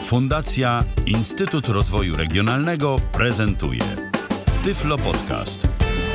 Fundacja Instytut Rozwoju Regionalnego prezentuje Tyflo Podcast.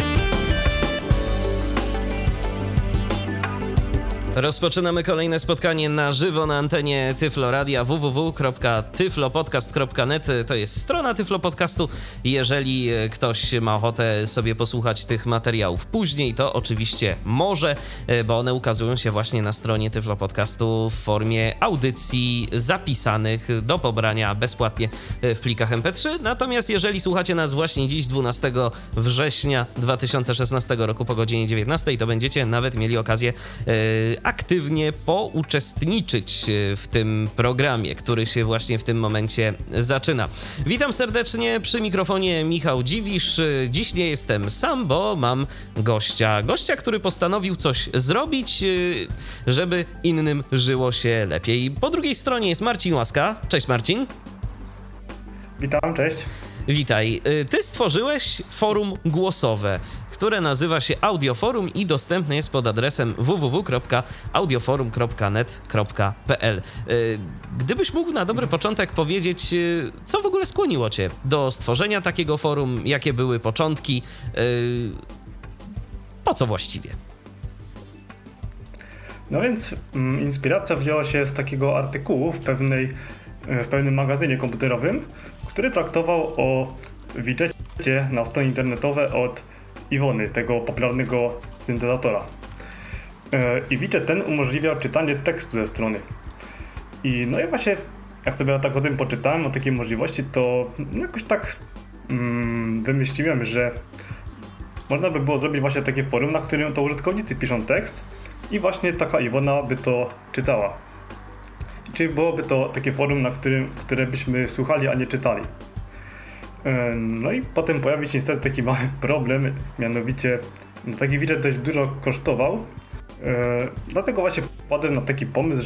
Rozpoczynamy kolejne spotkanie na żywo na antenie Tyflo Radia www.tyflopodcast.net. To jest strona Tyflo Podcastu. Jeżeli ktoś ma ochotę sobie posłuchać tych materiałów później, to oczywiście może, bo one ukazują się właśnie na stronie Tyflo Podcastu w formie audycji zapisanych do pobrania bezpłatnie w plikach MP3. Natomiast jeżeli słuchacie nas właśnie dziś, 12 września 2016 roku po godzinie 19, to będziecie nawet mieli okazję aktywnie pouczestniczyć w tym programie, który się właśnie w tym momencie zaczyna. Witam serdecznie, przy mikrofonie Michał Dziwisz. Dziś nie jestem sam, bo mam gościa, który postanowił coś zrobić, żeby innym żyło się lepiej. Po drugiej stronie jest Marcin Łaska. Cześć Marcin. Witam, cześć. Witaj. Ty stworzyłeś forum głosowe, które nazywa się Audioforum i dostępne jest pod adresem www.audioforum.net.pl. Gdybyś mógł na dobry początek powiedzieć, co w ogóle skłoniło cię do stworzenia takiego forum, jakie były początki, po co właściwie? No więc inspiracja wzięła się z takiego artykułu w pewnym magazynie komputerowym, który traktował o widżecie na stronie internetowej od Iwony, tego popularnego syntezatora. I widget ten umożliwia czytanie tekstu ze strony. I no i właśnie, jak sobie tak o tym poczytałem, o takiej możliwości, to jakoś tak wymyśliłem, że można by było zrobić właśnie takie forum, na którym to użytkownicy piszą tekst i właśnie taka Iwona by to czytała. Czyli byłoby to takie forum, które byśmy słuchali, a nie czytali. No i potem pojawił się niestety taki mały problem, mianowicie taki widget dość dużo kosztował. Dlatego właśnie wpadłem na taki pomysł,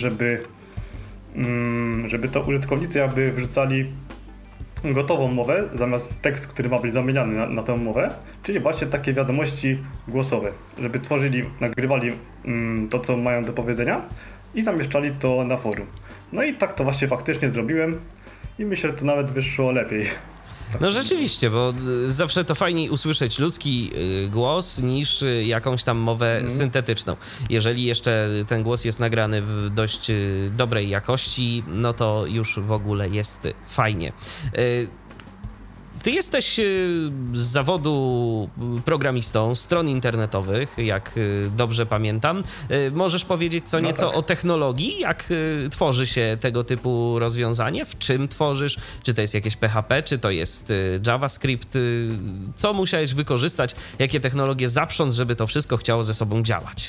żeby to użytkownicy jakby wrzucali gotową mowę zamiast tekst, który ma być zamieniany na tę mowę, czyli właśnie takie wiadomości głosowe, żeby nagrywali to, co mają do powiedzenia i zamieszczali to na forum. No i tak to właśnie faktycznie zrobiłem i myślę, że to nawet wyszło lepiej. No rzeczywiście, bo zawsze to fajniej usłyszeć ludzki głos niż jakąś tam mowę syntetyczną. Jeżeli jeszcze ten głos jest nagrany w dość dobrej jakości, no to już w ogóle jest fajnie. Ty jesteś z zawodu programistą stron internetowych, jak dobrze pamiętam. Możesz powiedzieć co nieco o technologii, jak tworzy się tego typu rozwiązanie? W czym tworzysz? Czy to jest jakieś PHP, czy to jest JavaScript? Co musiałeś wykorzystać? Jakie technologie zaprząc, żeby to wszystko chciało ze sobą działać?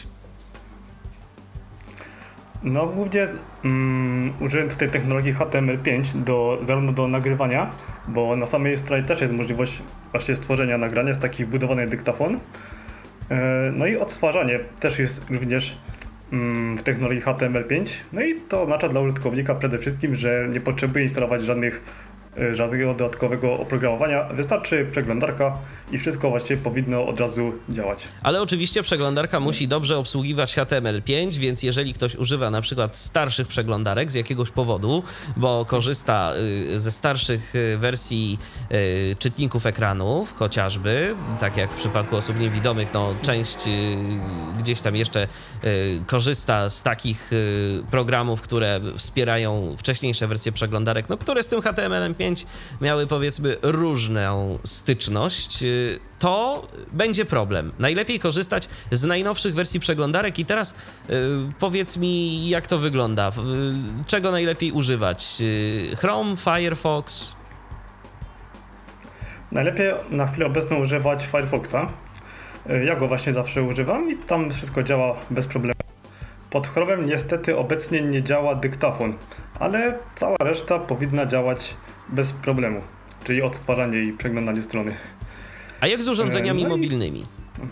No głównie użyłem tutaj technologii HTML5 zarówno do nagrywania, bo na samej stronie też jest możliwość właśnie stworzenia nagrania z taki wbudowany dyktafon. No i odtwarzanie też jest również w technologii HTML5. No i to oznacza dla użytkownika przede wszystkim, że nie potrzebuje instalować żadnego dodatkowego oprogramowania. Wystarczy przeglądarka i wszystko właściwie powinno od razu działać. Ale oczywiście przeglądarka musi dobrze obsługiwać HTML5, więc jeżeli ktoś używa na przykład starszych przeglądarek z jakiegoś powodu, bo korzysta ze starszych wersji czytników ekranów chociażby, tak jak w przypadku osób niewidomych, no część gdzieś tam jeszcze korzysta z takich programów, które wspierają wcześniejsze wersje przeglądarek, no które z tym HTML5 miały powiedzmy różną styczność, to będzie problem. Najlepiej korzystać z najnowszych wersji przeglądarek i teraz powiedz mi, jak to wygląda? Czego najlepiej używać? Chrome, Firefox? Najlepiej na chwilę obecną używać Firefoxa. Ja go właśnie zawsze używam i tam wszystko działa bez problemu. Pod Chrome'em niestety obecnie nie działa dyktafon, ale cała reszta powinna działać bez problemu, czyli odtwarzanie i przeglądanie strony. A jak z urządzeniami mobilnymi?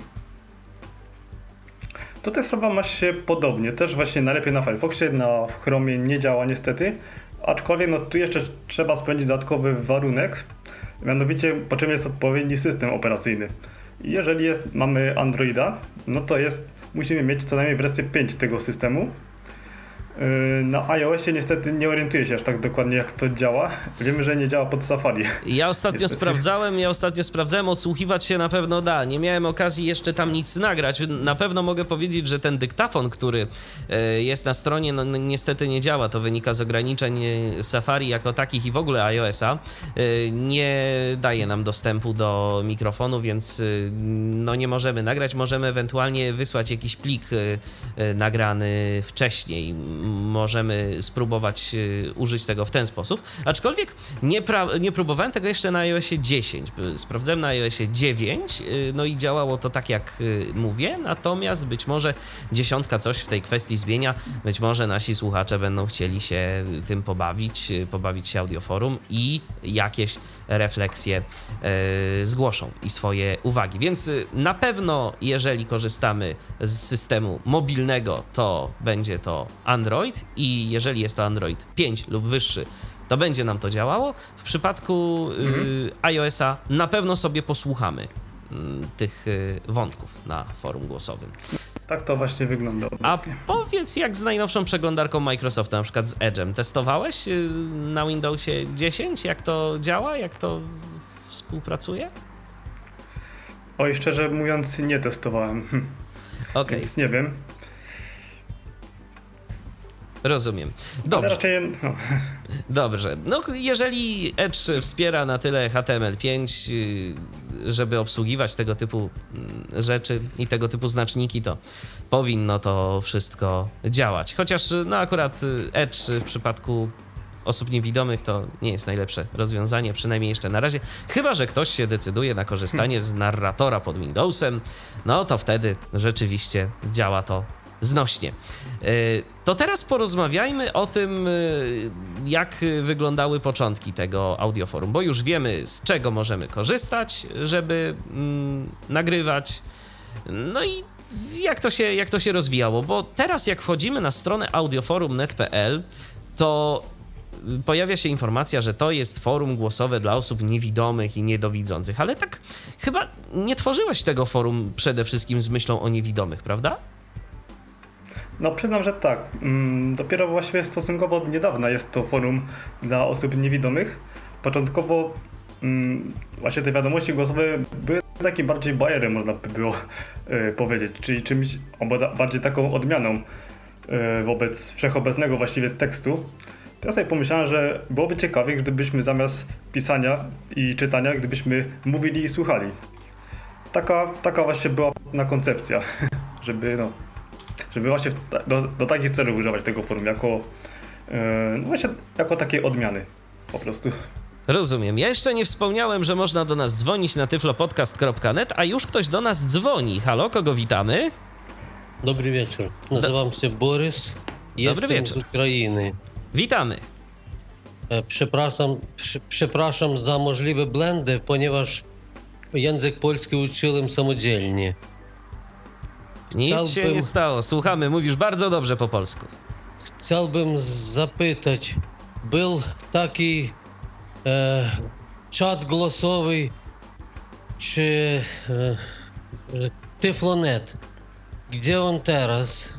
Tutaj sprawa ma się podobnie, też właśnie najlepiej na Firefoxie, na Chromie nie działa niestety, aczkolwiek no tu jeszcze trzeba spełnić dodatkowy warunek, mianowicie potrzebny jest odpowiedni system operacyjny. Jeżeli mamy Androida, no to musimy mieć co najmniej wersję 5 tego systemu, Na iOSie niestety nie orientuję się aż tak dokładnie, jak to działa. Wiemy, że nie działa pod Safari. Ja ostatnio sprawdzałem, odsłuchiwać się na pewno da. Nie miałem okazji jeszcze tam nic nagrać. Na pewno mogę powiedzieć, że ten dyktafon, który jest na stronie, no niestety nie działa. To wynika z ograniczeń Safari jako takich i w ogóle iOS-a. Nie daje nam dostępu do mikrofonu, więc no nie możemy nagrać. Możemy ewentualnie wysłać jakiś plik nagrany wcześniej. Możemy spróbować użyć tego w ten sposób. Aczkolwiek nie próbowałem tego jeszcze na iOSie 10. Sprawdzałem na iOSie 9, no i działało to tak jak mówię, natomiast być może 10 coś w tej kwestii zmienia. Być może nasi słuchacze będą chcieli się tym pobawić się Audioforum i jakieś refleksje zgłoszą i swoje uwagi. Więc na pewno, jeżeli korzystamy z systemu mobilnego, to będzie to Android i jeżeli jest to Android 5 lub wyższy, to będzie nam to działało. W przypadku iOS-a na pewno sobie posłuchamy tych wątków na forum głosowym. Tak to właśnie wygląda obecnie. A powiedz, jak z najnowszą przeglądarką Microsoftu, na przykład z Edge'em, testowałeś na Windowsie 10? Jak to działa? Jak to współpracuje? Oj, szczerze mówiąc, nie testowałem. Okej. Więc nie wiem. Rozumiem. Dobrze. Ale raczej, no. Dobrze. No, jeżeli Edge wspiera na tyle HTML5, żeby obsługiwać tego typu rzeczy i tego typu znaczniki, to powinno to wszystko działać. Chociaż no akurat Edge w przypadku osób niewidomych to nie jest najlepsze rozwiązanie, przynajmniej jeszcze na razie. Chyba że ktoś się decyduje na korzystanie z narratora pod Windowsem, no to wtedy rzeczywiście działa to znośnie. To teraz porozmawiajmy o tym, jak wyglądały początki tego Audioforum, bo już wiemy, z czego możemy korzystać, żeby nagrywać. No i jak to się rozwijało, bo teraz jak wchodzimy na stronę audioforum.net.pl, to pojawia się informacja, że to jest forum głosowe dla osób niewidomych i niedowidzących, ale tak chyba nie tworzyłeś tego forum przede wszystkim z myślą o niewidomych, prawda? No przyznam, że tak. Dopiero właściwie stosunkowo od niedawna jest to forum dla osób niewidomych. Początkowo właśnie te wiadomości głosowe były takim bardziej bajerem, można by było powiedzieć, czyli czymś bardziej taką odmianą wobec wszechobecnego właściwie tekstu. Teraz sobie pomyślałem, że byłoby ciekawie, gdybyśmy zamiast pisania i czytania, gdybyśmy mówili i słuchali. Taka właśnie była na koncepcja, żeby właśnie do takich celów używać tego forum, jako takiej odmiany po prostu. Rozumiem. Ja jeszcze nie wspomniałem, że można do nas dzwonić na tyflopodcast.net, a już ktoś do nas dzwoni. Halo, kogo witamy? Dobry wieczór. Nazywam się Borys. Jestem z Ukrainy. Witamy. Przepraszam za możliwe błędy, ponieważ język polski uczyłem samodzielnie. Nic się nie stało. Słuchamy, mówisz bardzo dobrze po polsku. Chciałbym zapytać, był taki czat głosowy, czy Tyflonet. Gdzie on teraz?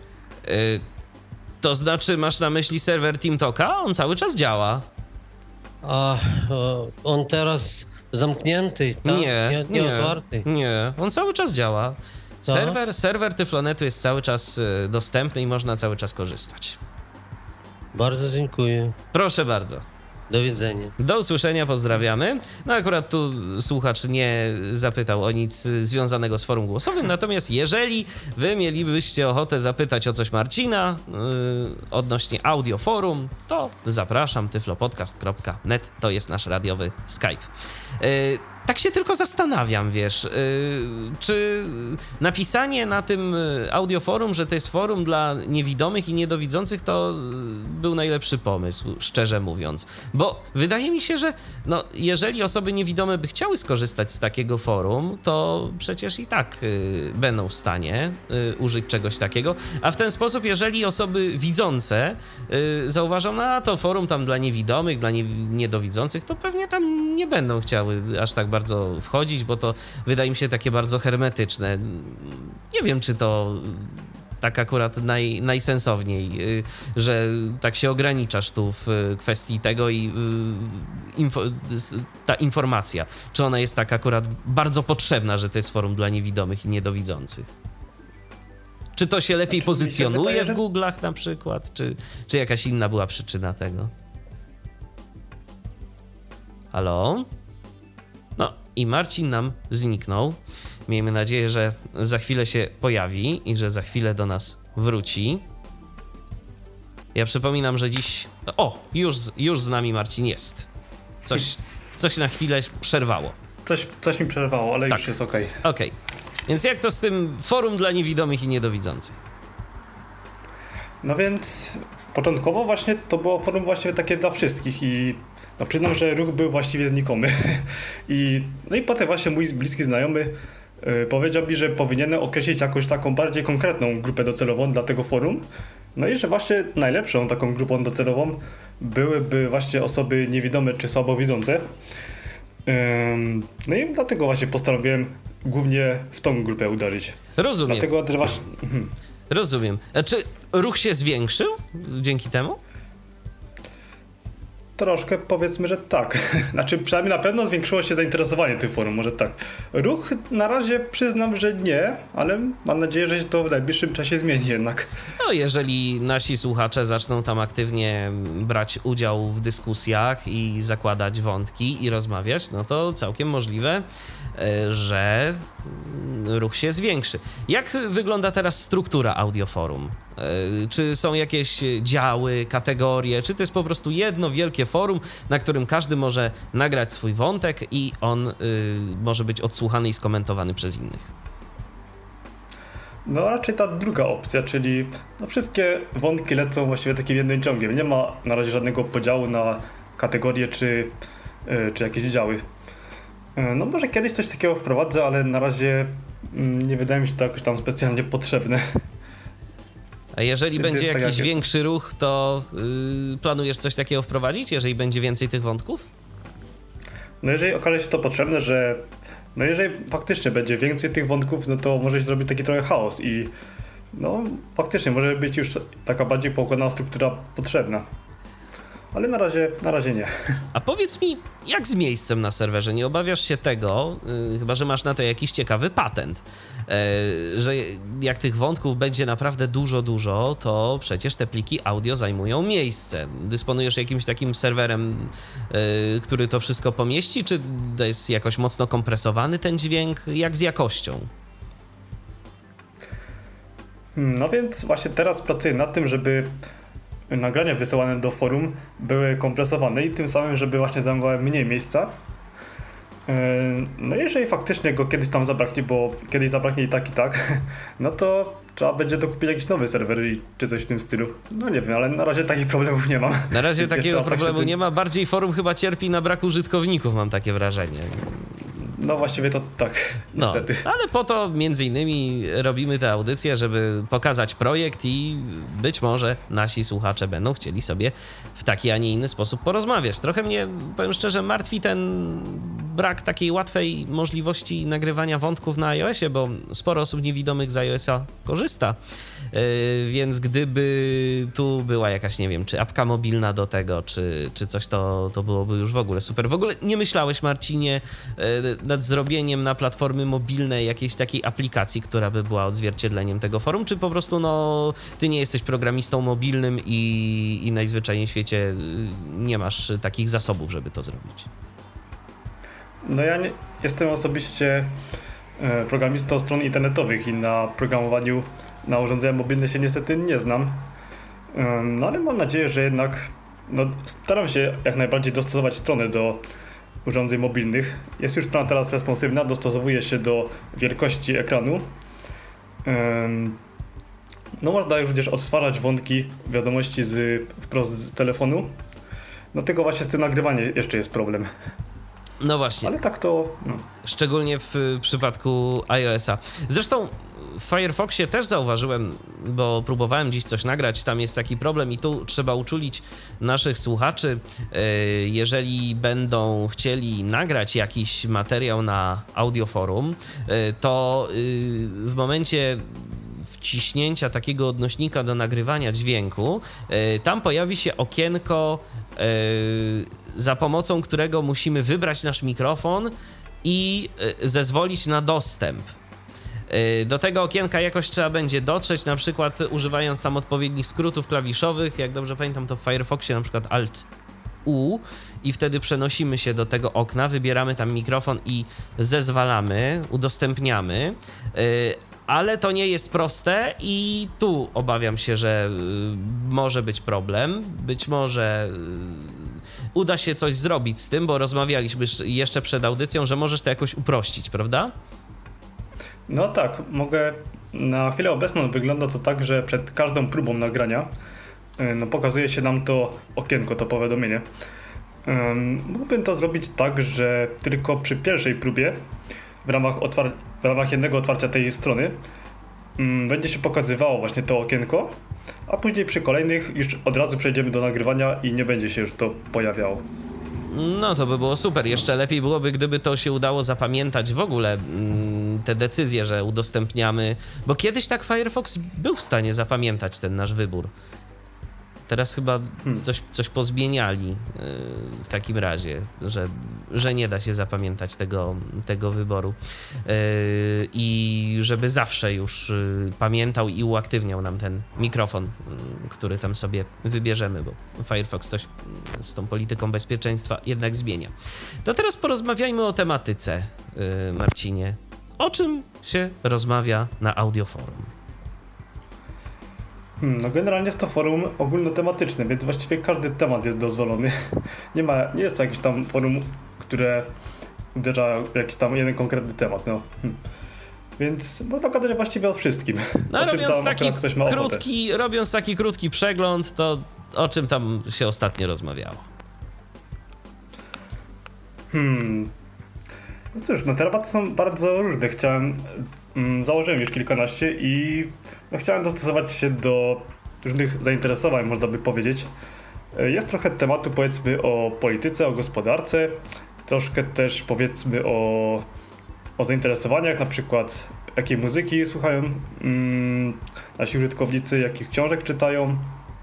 To znaczy, masz na myśli serwer TeamTalka? On cały czas działa. A on teraz zamknięty, tak? Nie otwarty? Nie, on cały czas działa. Serwer Tyflonetu jest cały czas dostępny i można cały czas korzystać. Bardzo dziękuję. Proszę bardzo. Do widzenia. Do usłyszenia, pozdrawiamy. No akurat tu słuchacz nie zapytał o nic związanego z forum głosowym, natomiast jeżeli wy mielibyście ochotę zapytać o coś Marcina odnośnie Audioforum, to zapraszam, tyflopodcast.net, to jest nasz radiowy Skype. Tak się tylko zastanawiam, wiesz, czy napisanie na tym Audioforum, że to jest forum dla niewidomych i niedowidzących, to był najlepszy pomysł, szczerze mówiąc. Bo wydaje mi się, że no, jeżeli osoby niewidome by chciały skorzystać z takiego forum, to przecież i tak będą w stanie użyć czegoś takiego. A w ten sposób, jeżeli osoby widzące zauważą, no to forum tam dla niewidomych, dla niedowidzących, to pewnie tam nie będą chciały aż tak bardzo wchodzić, bo to wydaje mi się takie bardzo hermetyczne. Nie wiem, czy to tak akurat najsensowniej, że tak się ograniczasz tu w kwestii tego i ta informacja, czy ona jest tak akurat bardzo potrzebna, że to jest forum dla niewidomych i niedowidzących? Czy to się lepiej pozycjonuje w Google'ach na przykład, czy jakaś inna była przyczyna tego? Halo? No i Marcin nam zniknął. Miejmy nadzieję, że za chwilę się pojawi i że za chwilę do nas wróci. Ja przypominam, że dziś... O, już z nami Marcin jest. Coś na chwilę przerwało. Coś mi przerwało, ale tak. Już jest okej. Okej. Więc jak to z tym forum dla niewidomych i niedowidzących? No więc początkowo właśnie to było forum właściwie takie dla wszystkich i no przyznam, że ruch był właściwie znikomy. No i potem właśnie mój bliski znajomy powiedział mi, że powinienem określić jakąś taką bardziej konkretną grupę docelową dla tego forum. No i że właśnie najlepszą taką grupą docelową byłyby właśnie osoby niewidome czy słabowidzące. No i dlatego właśnie postanowiłem głównie w tą grupę uderzyć. Rozumiem. Dlatego też właśnie... Rozumiem. Czy ruch się zwiększył dzięki temu? Troszkę powiedzmy, że tak. Znaczy przynajmniej na pewno zwiększyło się zainteresowanie tym forum, może tak. Ruch na razie przyznam, że nie, ale mam nadzieję, że się to w najbliższym czasie zmieni jednak. No jeżeli nasi słuchacze zaczną tam aktywnie brać udział w dyskusjach i zakładać wątki i rozmawiać, no to całkiem możliwe, że ruch się zwiększy. Jak wygląda teraz struktura audioforum? Czy są jakieś działy, kategorie, czy to jest po prostu jedno wielkie forum, na którym każdy może nagrać swój wątek i on może być odsłuchany i skomentowany przez innych? No raczej ta druga opcja, czyli no wszystkie wątki lecą właściwie takim jednym ciągiem. Nie ma na razie żadnego podziału na kategorie czy jakieś działy. No może kiedyś coś takiego wprowadzę, ale na razie nie wydaje mi się to jakoś tam specjalnie potrzebne. A jeżeli Więc będzie tak jakiś większy ruch, to planujesz coś takiego wprowadzić, jeżeli będzie więcej tych wątków? No jeżeli okaże się to potrzebne, że no jeżeli faktycznie będzie więcej tych wątków, no to może się zrobić taki trochę chaos i no faktycznie może być już taka bardziej poukładana struktura potrzebna. Ale na razie nie. A powiedz mi, jak z miejscem na serwerze? Nie obawiasz się tego, chyba że masz na to jakiś ciekawy patent, że jak tych wątków będzie naprawdę dużo, to przecież te pliki audio zajmują miejsce. Dysponujesz jakimś takim serwerem, który to wszystko pomieści, czy to jest jakoś mocno kompresowany ten dźwięk? Jak z jakością? No więc właśnie teraz pracuję nad tym, żeby nagrania wysyłane do forum były kompresowane i tym samym, żeby właśnie zajmowały mniej miejsca. No jeżeli faktycznie go kiedyś tam zabraknie, bo kiedyś zabraknie i tak, no to trzeba będzie dokupić jakiś nowy serwer czy coś w tym stylu. No nie wiem, ale na razie takich problemów nie mam. Na razie Więc takiego problemu tak nie ma. Bardziej forum chyba cierpi na brak użytkowników, mam takie wrażenie. No właściwie to tak, niestety. No, ale po to między innymi robimy tę audycję, żeby pokazać projekt i być może nasi słuchacze będą chcieli sobie w taki, a nie inny sposób porozmawiać. Trochę mnie, powiem szczerze, martwi ten brak takiej łatwej możliwości nagrywania wątków na iOSie, bo sporo osób niewidomych z iOSa korzysta, więc gdyby tu była jakaś, nie wiem, czy apka mobilna do tego, czy coś, to byłoby już w ogóle super. W ogóle nie myślałeś, Marcinie, nad zrobieniem na platformy mobilnej jakiejś takiej aplikacji, która by była odzwierciedleniem tego forum, czy po prostu ty nie jesteś programistą mobilnym i najzwyczajniej w świecie nie masz takich zasobów, żeby to zrobić? No ja nie, jestem osobiście programistą stron internetowych i na programowaniu na urządzenia mobilne się niestety nie znam. No ale mam nadzieję, że jednak staram się jak najbardziej dostosować strony do urządzeń mobilnych. Jest już strona teraz responsywna, dostosowuje się do wielkości ekranu. No można również odtwarzać wątki, wiadomości wprost z telefonu. No tylko właśnie z tym nagrywaniem jeszcze jest problem. No właśnie. Ale tak to... No. Szczególnie w przypadku iOS-a. Zresztą w Firefoxie też zauważyłem, bo próbowałem dziś coś nagrać, tam jest taki problem i tu trzeba uczulić naszych słuchaczy. Jeżeli będą chcieli nagrać jakiś materiał na audioforum, to w momencie wciśnięcia takiego odnośnika do nagrywania dźwięku, tam pojawi się okienko, za pomocą którego musimy wybrać nasz mikrofon i zezwolić na dostęp. Do tego okienka jakoś trzeba będzie dotrzeć, na przykład używając tam odpowiednich skrótów klawiszowych. Jak dobrze pamiętam, to w Firefoxie na przykład Alt-U i wtedy przenosimy się do tego okna, wybieramy tam mikrofon i zezwalamy, udostępniamy. Ale to nie jest proste i tu obawiam się, że może być problem. Być może uda się coś zrobić z tym, bo rozmawialiśmy jeszcze przed audycją, że możesz to jakoś uprościć, prawda? No tak, mogę. Na chwilę obecną wygląda to tak, że przed każdą próbą nagrania pokazuje się nam to okienko, to powiadomienie. Mógłbym to zrobić tak, że tylko przy pierwszej próbie w ramach jednego otwarcia tej strony będzie się pokazywało właśnie to okienko, a później przy kolejnych już od razu przejdziemy do nagrywania i nie będzie się już to pojawiało. No to by było super. Jeszcze lepiej byłoby, gdyby to się udało zapamiętać w ogóle te decyzje, że udostępniamy, bo kiedyś tak Firefox był w stanie zapamiętać ten nasz wybór. Teraz chyba coś pozmieniali w takim razie, że nie da się zapamiętać tego wyboru i żeby zawsze już pamiętał i uaktywniał nam ten mikrofon, który tam sobie wybierzemy, bo Firefox coś z tą polityką bezpieczeństwa jednak zmienia. To teraz porozmawiajmy o tematyce, Marcinie. O czym się rozmawia na Audioforum? No generalnie jest to forum ogólnotematyczne, więc właściwie każdy temat jest dozwolony. Nie jest to jakieś tam forum, które uderza w jakiś tam jeden konkretny temat, no. Więc można gadać właściwie o wszystkim. No, robiąc taki krótki przegląd, to o czym tam się ostatnio rozmawiało? No cóż, no tematy są bardzo różne. Założyłem już kilkanaście i chciałem dostosować się do różnych zainteresowań, można by powiedzieć. Jest trochę tematu, powiedzmy, o polityce, o gospodarce, troszkę też, powiedzmy, o zainteresowaniach, na przykład jakiej muzyki słuchają nasi użytkownicy, jakich książek czytają,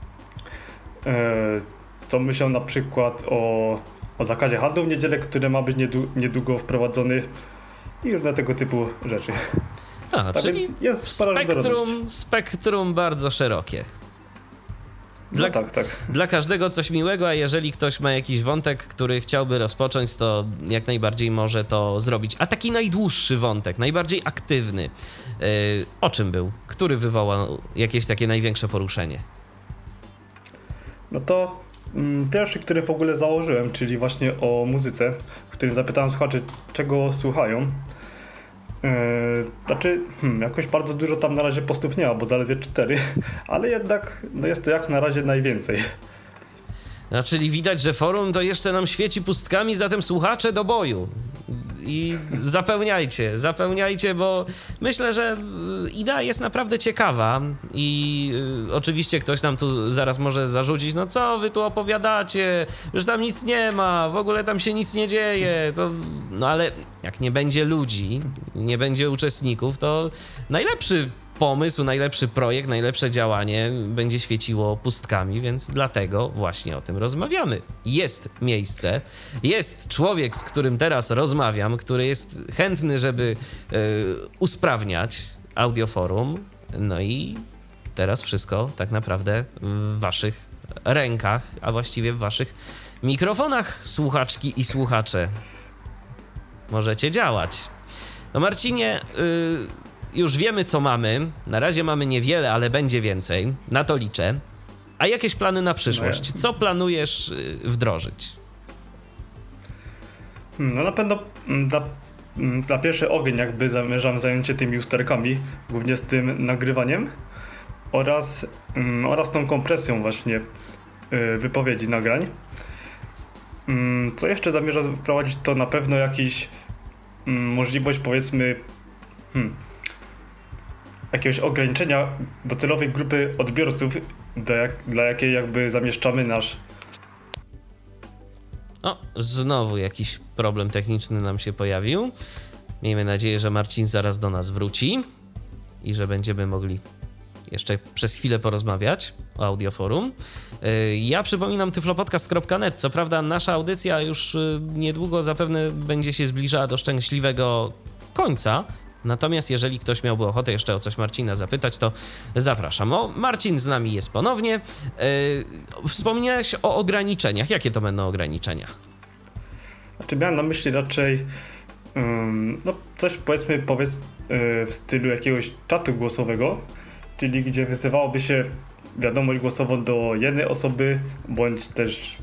co myślą na przykład o zakazie handlu w niedzielę, który ma być niedługo wprowadzony i różne tego typu rzeczy. Tak, czyli jest spektrum bardzo szerokie. Dla każdego coś miłego, a jeżeli ktoś ma jakiś wątek, który chciałby rozpocząć, to jak najbardziej może to zrobić. A taki najdłuższy wątek, najbardziej aktywny, o czym był? Który wywołał jakieś takie największe poruszenie? No to pierwszy, który w ogóle założyłem, czyli właśnie o muzyce, w którym zapytałem słuchaczy, czego słuchają. Jakoś bardzo dużo tam na razie postów nie ma, bo zaledwie 4, ale jednak jest to jak na razie najwięcej. No, czyli widać, że forum to jeszcze nam świeci pustkami, zatem słuchacze do boju. I zapełniajcie, bo myślę, że idea jest naprawdę ciekawa i oczywiście ktoś nam tu zaraz może zarzucić, no co wy tu opowiadacie, że tam nic nie ma, w ogóle tam się nic nie dzieje, no ale jak nie będzie ludzi, nie będzie uczestników, to najlepszy pomysł, najlepszy projekt, najlepsze działanie będzie świeciło pustkami, więc dlatego właśnie o tym rozmawiamy. Jest miejsce, jest człowiek, z którym teraz rozmawiam, który jest chętny, żeby usprawniać Audioforum, no i teraz wszystko tak naprawdę w waszych rękach, a właściwie w waszych mikrofonach, słuchaczki i słuchacze. Możecie działać. No Marcinie, już wiemy, co mamy. Na razie mamy niewiele, ale będzie więcej. Na to liczę. A jakieś plany na przyszłość? Co planujesz wdrożyć? No na pewno na pierwszy ogień jakby zamierzam zająć się tymi usterkami, głównie z tym nagrywaniem oraz tą kompresją właśnie wypowiedzi nagrań. Co jeszcze zamierzam wprowadzić, to na pewno jakiś możliwość, powiedzmy, jakiegoś ograniczenia docelowej grupy odbiorców, dla jakiej jakby zamieszczamy nasz... O, znowu jakiś problem techniczny nam się pojawił. Miejmy nadzieję, że Marcin zaraz do nas wróci. i że będziemy mogli jeszcze przez chwilę porozmawiać o Audioforum. Ja przypominam tyflopodcast.net. Co prawda nasza audycja już niedługo zapewne będzie się zbliżała do szczęśliwego końca. Natomiast jeżeli ktoś miałby ochotę jeszcze o coś Marcina zapytać, to zapraszam. Marcin z nami jest ponownie. Wspomniałeś o ograniczeniach. Jakie to będą ograniczenia? Znaczy miałem na myśli raczej coś powiedzmy w stylu jakiegoś czatu głosowego, czyli gdzie wysyłałoby się wiadomość głosową do jednej osoby, bądź też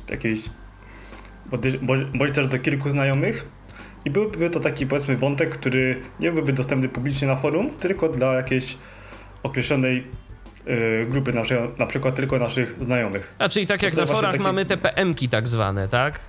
bądź też do kilku znajomych. I byłby to taki powiedzmy wątek, który nie byłby dostępny publicznie na forum, tylko dla jakiejś określonej grupy, na przykład tylko naszych znajomych. A czyli tak jak na forach mamy te PM-ki tak zwane, tak?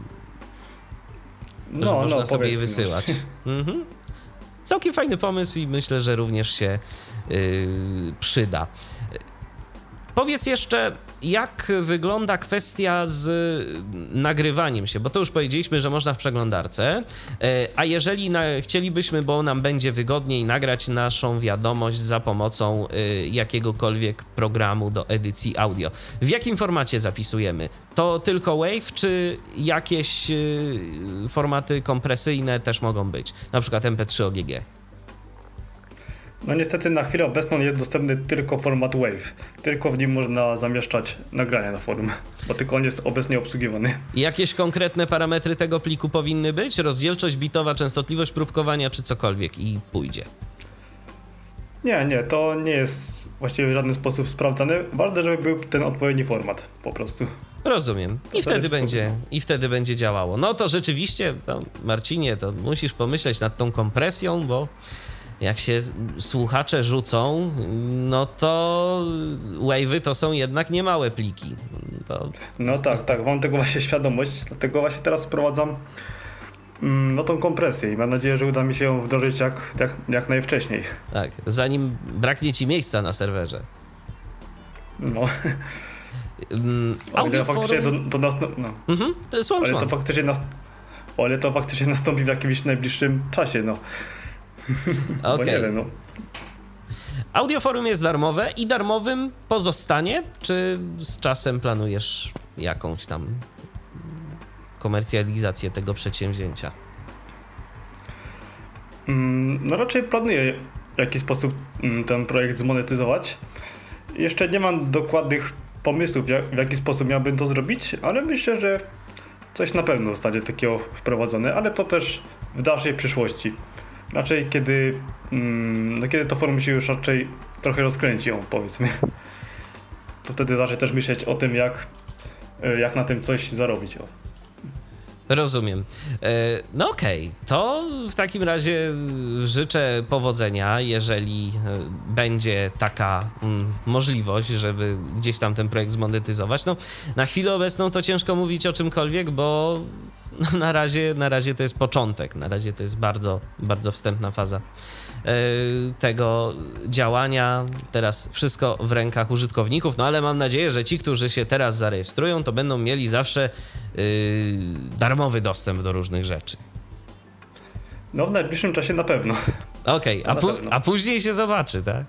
Że można sobie je wysyłać. Mhm. Całkiem fajny pomysł i myślę, że również się przyda. Powiedz jeszcze, jak wygląda kwestia z nagrywaniem się, bo to już powiedzieliśmy, że można w przeglądarce, a jeżeli chcielibyśmy, bo nam będzie wygodniej nagrać naszą wiadomość za pomocą jakiegokolwiek programu do edycji audio. W jakim formacie zapisujemy? To tylko WAV, czy jakieś formaty kompresyjne też mogą być? Na przykład MP3 OGG. No niestety na chwilę obecną jest dostępny tylko format WAV. Tylko w nim można zamieszczać nagrania na forum, bo tylko on jest obecnie obsługiwany. Jakieś konkretne parametry tego pliku powinny być? Rozdzielczość bitowa, częstotliwość próbkowania czy cokolwiek i pójdzie? Nie, to nie jest właściwie w żaden sposób sprawdzane. Ważne, żeby był ten odpowiedni format po prostu. Rozumiem. I wtedy będzie działało. No to rzeczywiście, Marcinie, to musisz pomyśleć nad tą kompresją, bo jak się słuchacze rzucą, no to wave'y to są jednak niemałe pliki. No tak, mam tego właśnie świadomość, dlatego właśnie teraz sprowadzam tą kompresję i mam nadzieję, że uda mi się ją wdrożyć jak najwcześniej. Tak, zanim braknie ci miejsca na serwerze. No. Ale faktycznie to faktycznie nastąpi w jakimś najbliższym czasie, no. Okay. Nie wiem, no. Audioforum jest darmowe i darmowym pozostanie, czy z czasem planujesz jakąś tam komercjalizację tego przedsięwzięcia? No raczej planuję w jakiś sposób ten projekt zmonetyzować. Jeszcze nie mam dokładnych pomysłów, w jaki sposób miałbym to zrobić, ale myślę, że coś na pewno zostanie takiego wprowadzone, ale to też w dalszej przyszłości. Raczej kiedy to forum się już raczej trochę rozkręci, powiedzmy. To wtedy zacznę też myśleć o tym, jak na tym coś zarobić. Rozumiem. No okej, to w takim razie życzę powodzenia, jeżeli będzie taka możliwość, żeby gdzieś tam ten projekt zmonetyzować. No, na chwilę obecną to ciężko mówić o czymkolwiek, bo na razie to jest początek, na razie to jest bardzo, bardzo wstępna faza tego działania. Teraz wszystko w rękach użytkowników, no ale mam nadzieję, że ci, którzy się teraz zarejestrują, to będą mieli zawsze darmowy dostęp do różnych rzeczy. No w najbliższym czasie na pewno. Okej, a później się zobaczy, tak?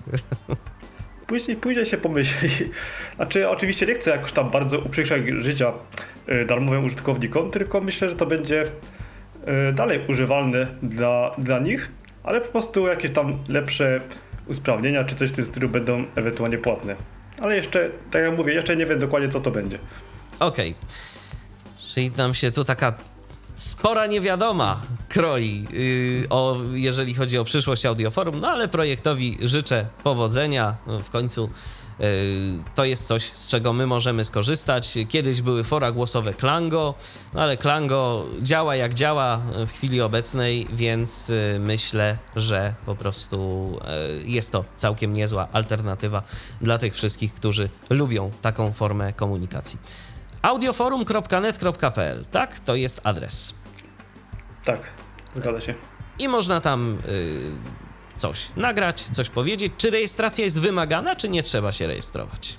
Później się pomyśli. Znaczy oczywiście nie chcę jakoś tam bardzo uprzykrzyć życia darmowym użytkownikom, tylko myślę, że to będzie dalej używalne dla nich, ale po prostu jakieś tam lepsze usprawnienia czy coś w tym stylu będą ewentualnie płatne. Ale jeszcze, tak jak mówię, jeszcze nie wiem dokładnie co to będzie. Okej. Czyli nam się tu taka spora niewiadoma kroi, jeżeli chodzi o przyszłość Audioforum, no ale projektowi życzę powodzenia. W końcu to jest coś, z czego my możemy skorzystać. Kiedyś były fora głosowe Klango, no ale Klango działa jak działa w chwili obecnej, więc myślę, że po prostu jest to całkiem niezła alternatywa dla tych wszystkich, którzy lubią taką formę komunikacji. audioforum.net.pl, tak? To jest adres. Tak, zgadza się. I można tam coś nagrać, coś powiedzieć. Czy rejestracja jest wymagana, czy nie trzeba się rejestrować?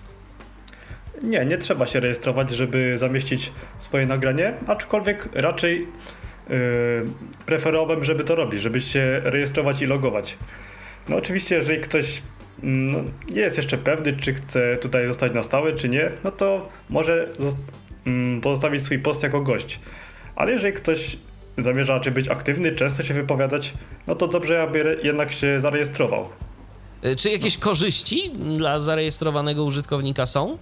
Nie trzeba się rejestrować, żeby zamieścić swoje nagranie, aczkolwiek raczej preferowałbym, żeby to robić, żeby się rejestrować i logować. No oczywiście, jeżeli ktoś nie jest jeszcze pewny, czy chce tutaj zostać na stałe, czy nie, no to może pozostawić swój post jako gość. Ale jeżeli ktoś zamierza raczej być aktywny, często się wypowiadać, no to dobrze, aby jednak się zarejestrował. Czy jakieś korzyści dla zarejestrowanego użytkownika są?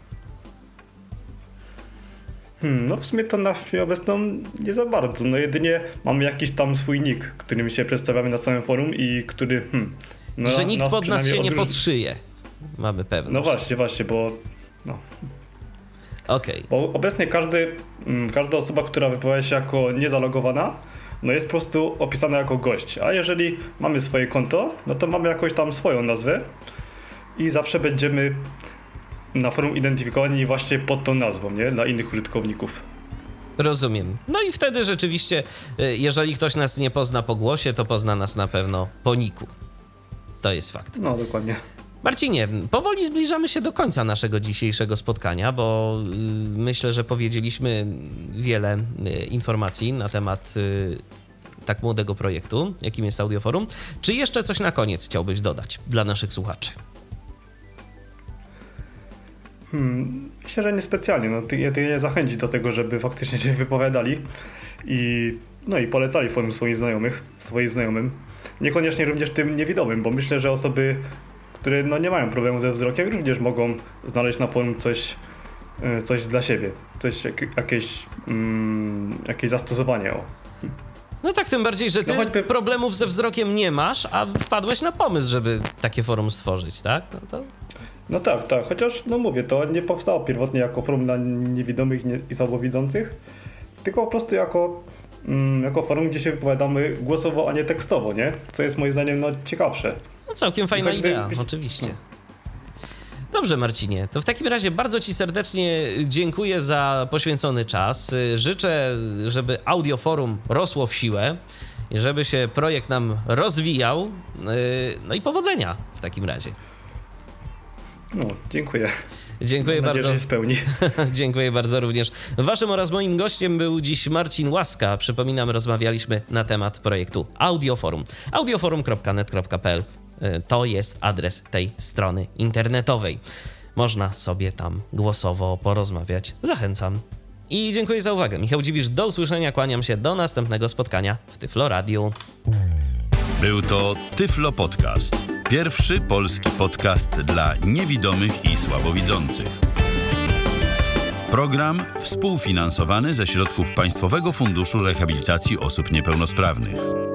No w sumie to na chwilę obecną nie za bardzo. No jedynie mamy jakiś tam swój nick, którym się przedstawiamy na samym forum i który... że nikt pod nas się nie podszyje. Mamy pewność. No właśnie, bo... No. Okej. Bo obecnie każda osoba, która wypowiada się jako niezalogowana, no jest po prostu opisana jako gość. A jeżeli mamy swoje konto, no to mamy jakąś tam swoją nazwę i zawsze będziemy na forum identyfikowani właśnie pod tą nazwą, nie? Dla innych użytkowników. Rozumiem. No i wtedy rzeczywiście, jeżeli ktoś nas nie pozna po głosie, to pozna nas na pewno po niku. To jest fakt. No, dokładnie. Marcinie, powoli zbliżamy się do końca naszego dzisiejszego spotkania, bo myślę, że powiedzieliśmy wiele informacji na temat tak młodego projektu, jakim jest Audioforum. Czy jeszcze coś na koniec chciałbyś dodać dla naszych słuchaczy? Myślę, że niespecjalnie. No, jedynie zachęcić do tego, żeby faktycznie się wypowiadali i polecali forum swoim znajomym. Niekoniecznie również tym niewidomym, bo myślę, że osoby, które nie mają problemu ze wzrokiem, również mogą znaleźć na forum coś dla siebie, jakieś zastosowanie. No tak, tym bardziej, że ty problemów ze wzrokiem nie masz, a wpadłeś na pomysł, żeby takie forum stworzyć, tak? No tak, chociaż mówię, to nie powstało pierwotnie jako forum dla niewidomych i słabowidzących, tylko po prostu jako forum, gdzie się wypowiadamy głosowo, a nie tekstowo, nie? Co jest moim zdaniem ciekawsze. No całkiem fajna idea, oczywiście. Dobrze, Marcinie, to w takim razie bardzo ci serdecznie dziękuję za poświęcony czas. Życzę, żeby Audioforum rosło w siłę i żeby się projekt nam rozwijał. No i powodzenia w takim razie. No, dziękuję. Dziękuję bardzo. Nadzieję, że się spełni. Dziękuję bardzo również. Waszym oraz moim gościem był dziś Marcin Łaska. Przypominam, rozmawialiśmy na temat projektu Audioforum. audioforum.net.pl to jest adres tej strony internetowej. Można sobie tam głosowo porozmawiać. Zachęcam. I dziękuję za uwagę. Michał Dziwisz, do usłyszenia. Kłaniam się do następnego spotkania w Tyflo Radiu. Był to Tyflo Podcast. Pierwszy polski podcast dla niewidomych i słabowidzących. Program współfinansowany ze środków Państwowego Funduszu Rehabilitacji Osób Niepełnosprawnych.